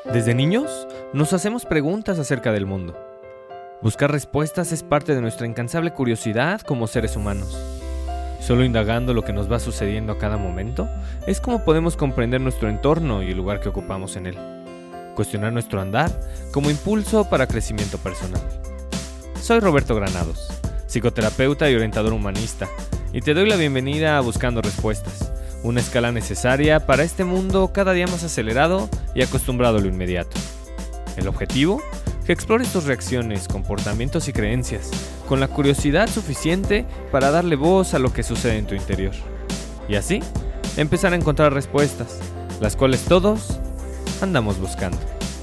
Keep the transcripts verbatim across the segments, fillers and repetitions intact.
Desde niños, nos hacemos preguntas acerca del mundo. Buscar respuestas es parte de nuestra incansable curiosidad como seres humanos. Solo indagando lo que nos va sucediendo a cada momento, es como podemos comprender nuestro entorno y el lugar que ocupamos en él. Cuestionar nuestro andar como impulso para crecimiento personal. Soy Roberto Granados, psicoterapeuta y orientador humanista, y te doy la bienvenida a Buscando Respuestas, una escala necesaria para este mundo cada día más acelerado y acostumbrado a lo inmediato. El objetivo, que explores tus reacciones, comportamientos y creencias, con la curiosidad suficiente para darle voz a lo que sucede en tu interior. Y así, empezar a encontrar respuestas, las cuales todos andamos buscando.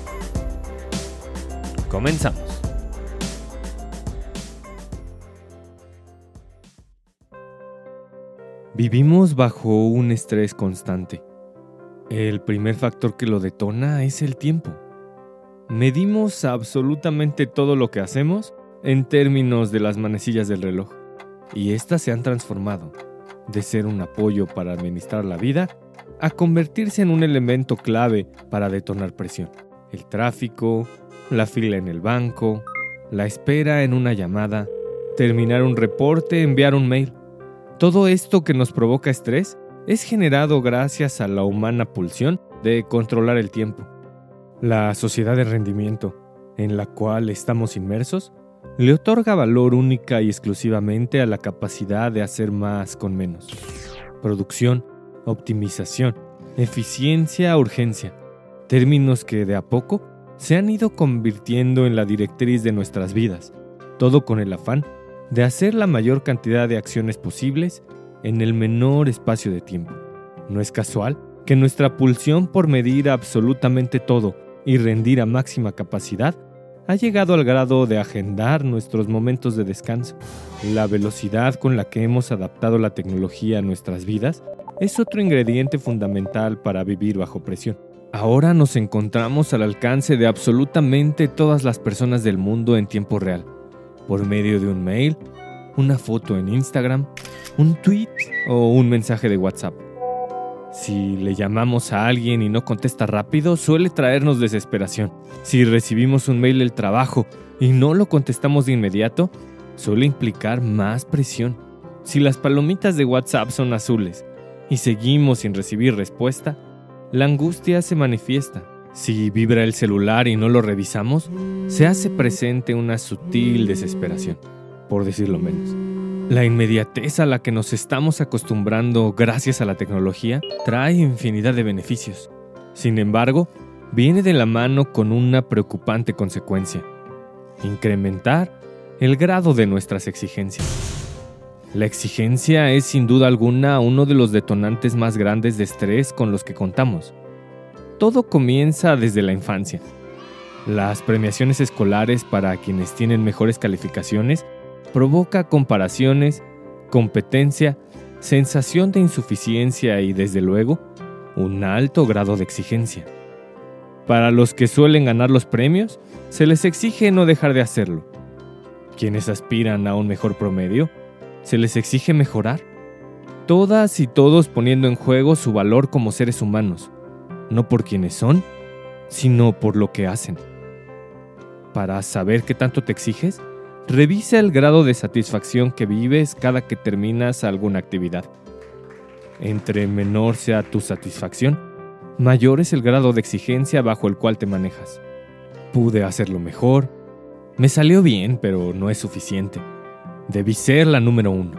Comenzamos. Vivimos bajo un estrés constante. El primer factor que lo detona es el tiempo. Medimos absolutamente todo lo que hacemos en términos de las manecillas del reloj, y éstas se han transformado de ser un apoyo para administrar la vida a convertirse en un elemento clave para detonar presión. El tráfico, la fila en el banco, la espera en una llamada, terminar un reporte, enviar un mail. Todo esto que nos provoca estrés es generado gracias a la humana pulsión de controlar el tiempo. La sociedad de rendimiento, en la cual estamos inmersos, le otorga valor única y exclusivamente a la capacidad de hacer más con menos. Producción, optimización, eficiencia, urgencia, términos que de a poco se han ido convirtiendo en la directriz de nuestras vidas, todo con el afán de hacer la mayor cantidad de acciones posibles en el menor espacio de tiempo. No es casual que nuestra pulsión por medir absolutamente todo y rendir a máxima capacidad ha llegado al grado de agendar nuestros momentos de descanso. La velocidad con la que hemos adaptado la tecnología a nuestras vidas es otro ingrediente fundamental para vivir bajo presión. Ahora nos encontramos al alcance de absolutamente todas las personas del mundo en tiempo real, por medio de un mail, una foto en Instagram, un tweet o un mensaje de WhatsApp. Si le llamamos a alguien y no contesta rápido, suele traernos desesperación. Si recibimos un mail del trabajo y no lo contestamos de inmediato, suele implicar más presión. Si las palomitas de WhatsApp son azules y seguimos sin recibir respuesta, la angustia se manifiesta. Si vibra el celular y no lo revisamos, se hace presente una sutil desesperación, por decirlo menos. La inmediatez a la que nos estamos acostumbrando gracias a la tecnología trae infinidad de beneficios. Sin embargo, viene de la mano con una preocupante consecuencia: incrementar el grado de nuestras exigencias. La exigencia es sin duda alguna uno de los detonantes más grandes de estrés con los que contamos. Todo comienza desde la infancia. Las premiaciones escolares para quienes tienen mejores calificaciones provoca comparaciones, competencia, sensación de insuficiencia y, desde luego, un alto grado de exigencia. Para los que suelen ganar los premios, se les exige no dejar de hacerlo. Quienes aspiran a un mejor promedio, se les exige mejorar. Todas y todos poniendo en juego su valor como seres humanos, no por quienes son, sino por lo que hacen. Para saber qué tanto te exiges, revisa el grado de satisfacción que vives cada que terminas alguna actividad. Entre menor sea tu satisfacción, mayor es el grado de exigencia bajo el cual te manejas. Pude hacerlo mejor, me salió bien, pero no es suficiente. Debí ser la número uno.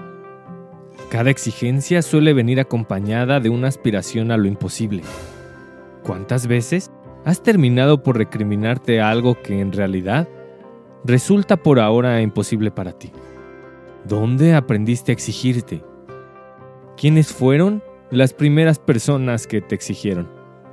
Cada exigencia suele venir acompañada de una aspiración a lo imposible. ¿Cuántas veces has terminado por recriminarte algo que en realidad resulta por ahora imposible para ti? ¿Dónde aprendiste a exigirte? ¿Quiénes fueron las primeras personas que te exigieron?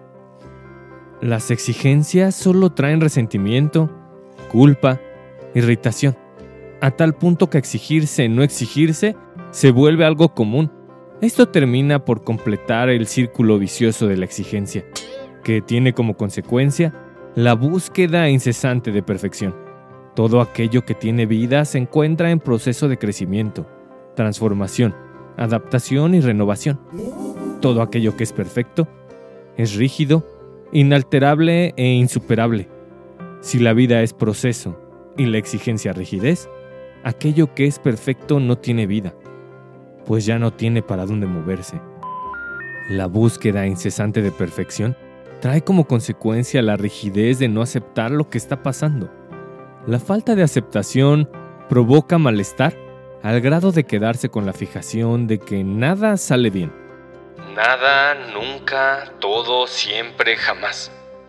Las exigencias solo traen resentimiento, culpa, irritación, a tal punto que exigirse no exigirse se vuelve algo común. Esto termina por completar el círculo vicioso de la exigencia, que tiene como consecuencia la búsqueda incesante de perfección. Todo aquello que tiene vida se encuentra en proceso de crecimiento, transformación, adaptación y renovación. Todo aquello que es perfecto es rígido inalterable e insuperable. Si la vida es proceso y la exigencia rigidez, aquello que es perfecto no tiene vida, pues ya no tiene para dónde moverse. La búsqueda incesante de perfección trae como consecuencia la rigidez de no aceptar lo que está pasando. La falta de aceptación provoca malestar al grado de quedarse con la fijación de que nada sale bien. Nada, nunca, todo, siempre, jamás.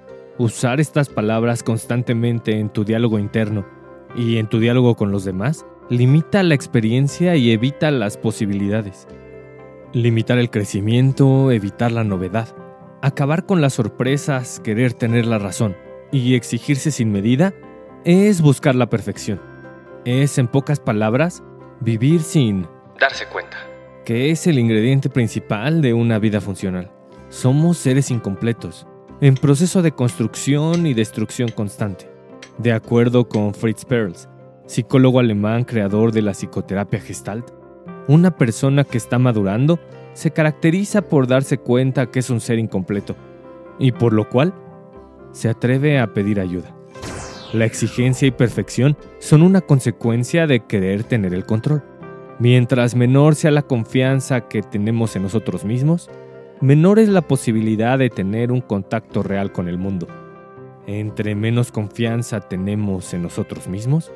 Usar estas palabras constantemente en tu diálogo interno y en tu diálogo con los demás limita la experiencia y evita las posibilidades. Limitar el crecimiento, evitar la novedad, acabar con las sorpresas, querer tener la razón y exigirse sin medida es buscar la perfección. Es, en pocas palabras, vivir sin darse cuenta, que es el ingrediente principal de una vida funcional. Somos seres incompletos, en proceso de construcción y destrucción constante. De acuerdo con Fritz Perls, psicólogo alemán creador de la psicoterapia Gestalt, una persona que está madurando se caracteriza por darse cuenta que es un ser incompleto y por lo cual se atreve a pedir ayuda. La exigencia y perfección son una consecuencia de querer tener el control. Mientras menor sea la confianza que tenemos en nosotros mismos, menor es la posibilidad de tener un contacto real con el mundo. Entre menos confianza tenemos en nosotros mismos,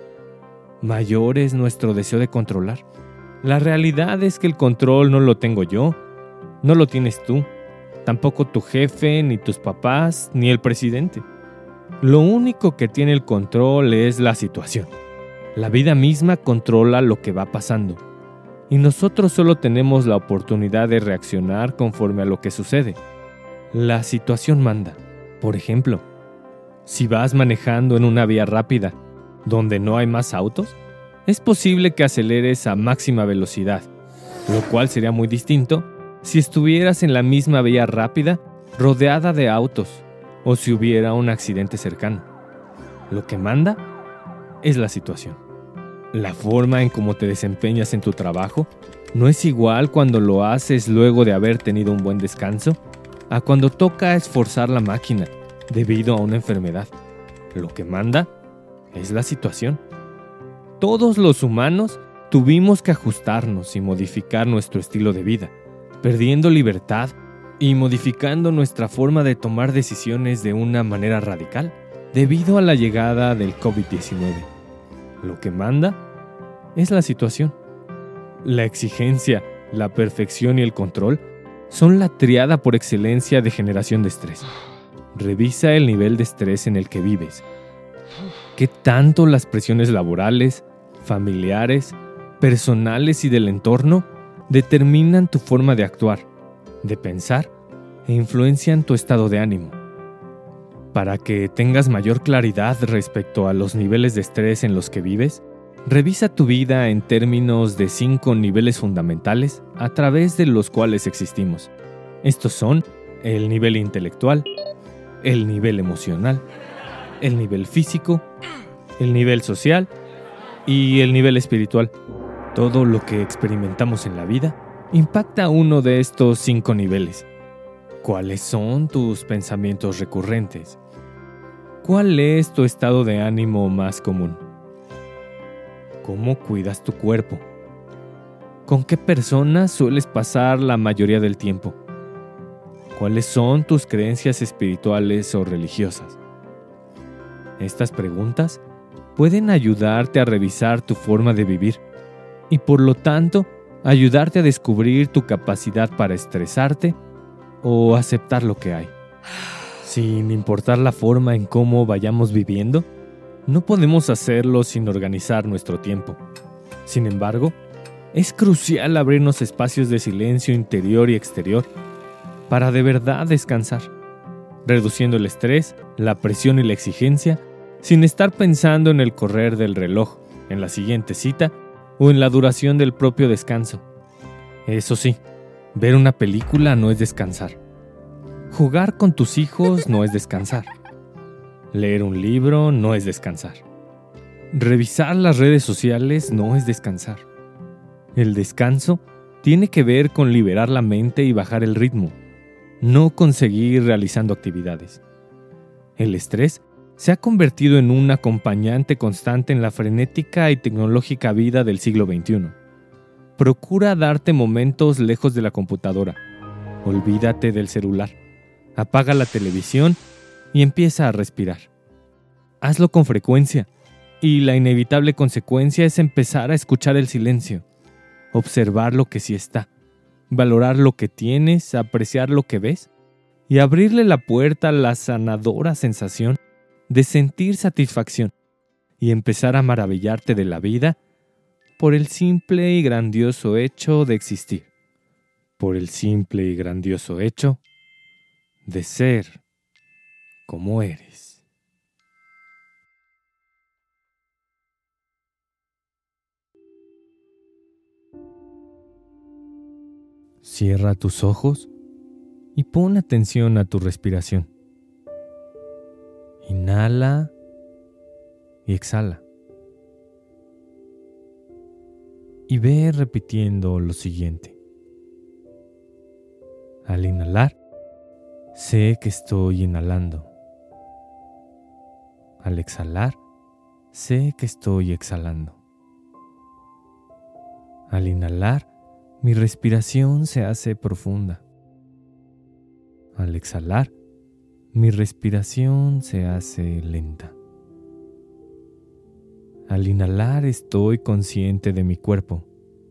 mayor es nuestro deseo de controlar. La realidad es que el control no lo tengo yo, no lo tienes tú, tampoco tu jefe, ni tus papás, ni el presidente. Lo único que tiene el control es la situación. La vida misma controla lo que va pasando, y nosotros solo tenemos la oportunidad de reaccionar conforme a lo que sucede. La situación manda. Por ejemplo, si vas manejando en una vía rápida, donde no hay más autos, es posible que aceleres a máxima velocidad, lo cual sería muy distinto si estuvieras en la misma vía rápida rodeada de autos o si hubiera un accidente cercano. Lo que manda es la situación. La forma en cómo te desempeñas en tu trabajo no es igual cuando lo haces luego de haber tenido un buen descanso a cuando toca esforzar la máquina debido a una enfermedad. Lo que manda es la situación. Todos los humanos tuvimos que ajustarnos y modificar nuestro estilo de vida, perdiendo libertad y modificando nuestra forma de tomar decisiones de una manera radical debido a la llegada del covid diecinueve. Lo que manda es la situación. La exigencia, la perfección y el control son la tríada por excelencia de generación de estrés. Revisa el nivel de estrés en el que vives. ¿Qué tanto las presiones laborales, familiares, personales y del entorno determinan tu forma de actuar, de pensar e influencian tu estado de ánimo? Para que tengas mayor claridad respecto a los niveles de estrés en los que vives, revisa tu vida en términos de cinco niveles fundamentales a través de los cuales existimos. Estos son el nivel intelectual, el nivel emocional, el nivel físico, el nivel social y el nivel espiritual. Todo lo que experimentamos en la vida impacta uno de estos cinco niveles. ¿Cuáles son tus pensamientos recurrentes? ¿Cuál es tu estado de ánimo más común? ¿Cómo cuidas tu cuerpo? ¿Con qué personas sueles pasar la mayoría del tiempo? ¿Cuáles son tus creencias espirituales o religiosas? Estas preguntas pueden ayudarte a revisar tu forma de vivir y, por lo tanto, ayudarte a descubrir tu capacidad para estresarte o aceptar lo que hay. Sin importar la forma en cómo vayamos viviendo, no podemos hacerlo sin organizar nuestro tiempo. Sin embargo, es crucial abrirnos espacios de silencio interior y exterior para de verdad descansar, reduciendo el estrés, la presión y la exigencia, sin estar pensando en el correr del reloj, en la siguiente cita o en la duración del propio descanso. Eso sí, ver una película no es descansar. Jugar con tus hijos no es descansar. Leer un libro no es descansar. Revisar las redes sociales no es descansar. El descanso tiene que ver con liberar la mente y bajar el ritmo, no con seguir realizando actividades. El estrés se ha convertido en un acompañante constante en la frenética y tecnológica vida del siglo veintiuno. Procura darte momentos lejos de la computadora. Olvídate del celular. Apaga la televisión y empieza a respirar. Hazlo con frecuencia, y la inevitable consecuencia es empezar a escuchar el silencio, observar lo que sí está, valorar lo que tienes, apreciar lo que ves y abrirle la puerta a la sanadora sensación de sentir satisfacción y empezar a maravillarte de la vida por el simple y grandioso hecho de existir, por el simple y grandioso hecho de ser como eres. Cierra tus ojos y pon atención a tu respiración. Inhala y exhala. Y ve repitiendo lo siguiente. Al inhalar, sé que estoy inhalando. Al exhalar, sé que estoy exhalando. Al inhalar, mi respiración se hace profunda. Al exhalar, mi respiración se hace lenta. Al inhalar estoy consciente de mi cuerpo.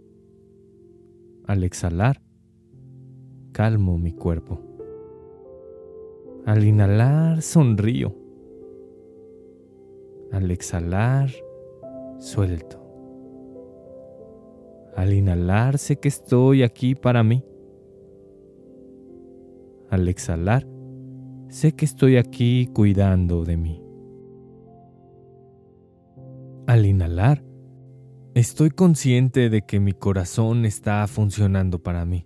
Al exhalar, calmo mi cuerpo. Al inhalar, sonrío. Al exhalar, suelto. Al inhalar, sé que estoy aquí para mí. Al exhalar, sé que estoy aquí cuidando de mí. Al inhalar, estoy consciente de que mi corazón está funcionando para mí.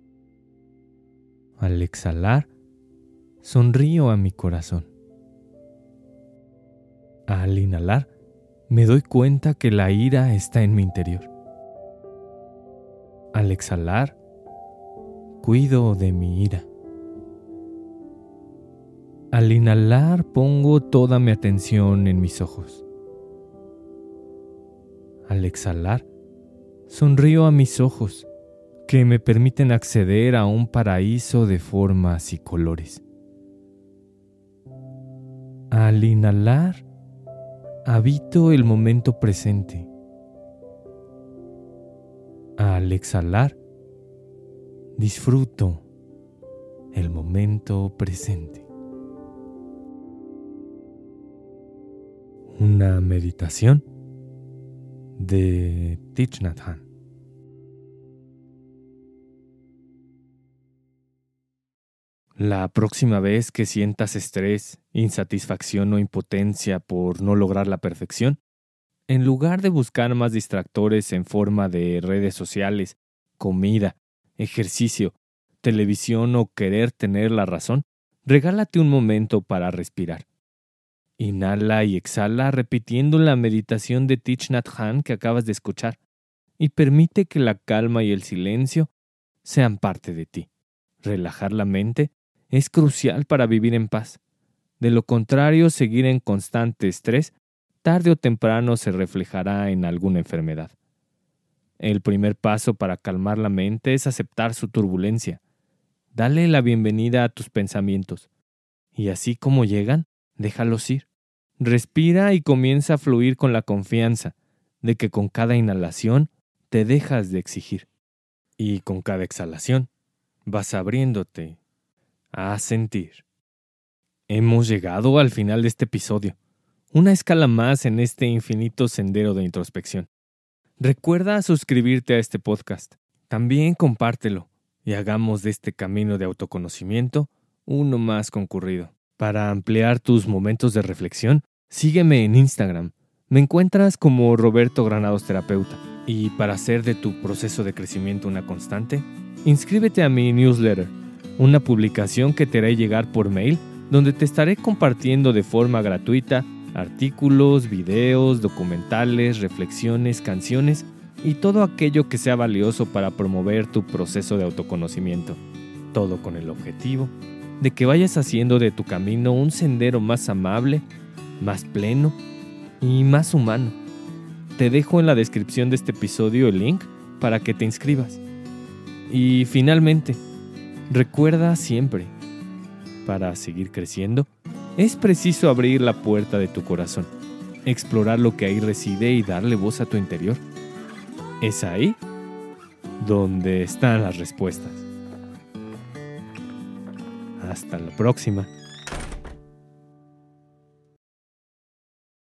Al exhalar, sonrío a mi corazón. Al inhalar, me doy cuenta que la ira está en mi interior. Al exhalar, cuido de mi ira. Al inhalar, pongo toda mi atención en mis ojos. Al exhalar, sonrío a mis ojos, que me permiten acceder a un paraíso de formas y colores. Al inhalar, habito el momento presente. Al exhalar, disfruto el momento presente. Una meditación de Thich Nhat Hanh. La próxima vez que sientas estrés, insatisfacción o impotencia por no lograr la perfección, en lugar de buscar más distractores en forma de redes sociales, comida, ejercicio, televisión o querer tener la razón, regálate un momento para respirar. Inhala y exhala repitiendo la meditación de Thich Nhat Hanh que acabas de escuchar y permite que la calma y el silencio sean parte de ti. Relajar la mente es crucial para vivir en paz. De lo contrario, seguir en constante estrés tarde o temprano se reflejará en alguna enfermedad. El primer paso para calmar la mente es aceptar su turbulencia. Dale la bienvenida a tus pensamientos y así como llegan, déjalos ir. Respira y comienza a fluir con la confianza de que con cada inhalación te dejas de exigir. Y con cada exhalación vas abriéndote a sentir. Hemos llegado al final de este episodio. Una escala más en este infinito sendero de introspección. Recuerda suscribirte a este podcast. También compártelo y hagamos de este camino de autoconocimiento uno más concurrido. Para ampliar tus momentos de reflexión, sígueme en Instagram. Me encuentras como Roberto Granados Terapeuta. Y para hacer de tu proceso de crecimiento una constante, inscríbete a mi newsletter, una publicación que te haré llegar por mail, donde te estaré compartiendo de forma gratuita artículos, videos, documentales, reflexiones, canciones y todo aquello que sea valioso para promover tu proceso de autoconocimiento. Todo con el objetivo de que vayas haciendo de tu camino un sendero más amable, más pleno y más humano. Te dejo en la descripción de este episodio el link para que te inscribas. Y finalmente, recuerda siempre, para seguir creciendo, es preciso abrir la puerta de tu corazón, explorar lo que ahí reside y darle voz a tu interior. Es ahí donde están las respuestas. Hasta la próxima.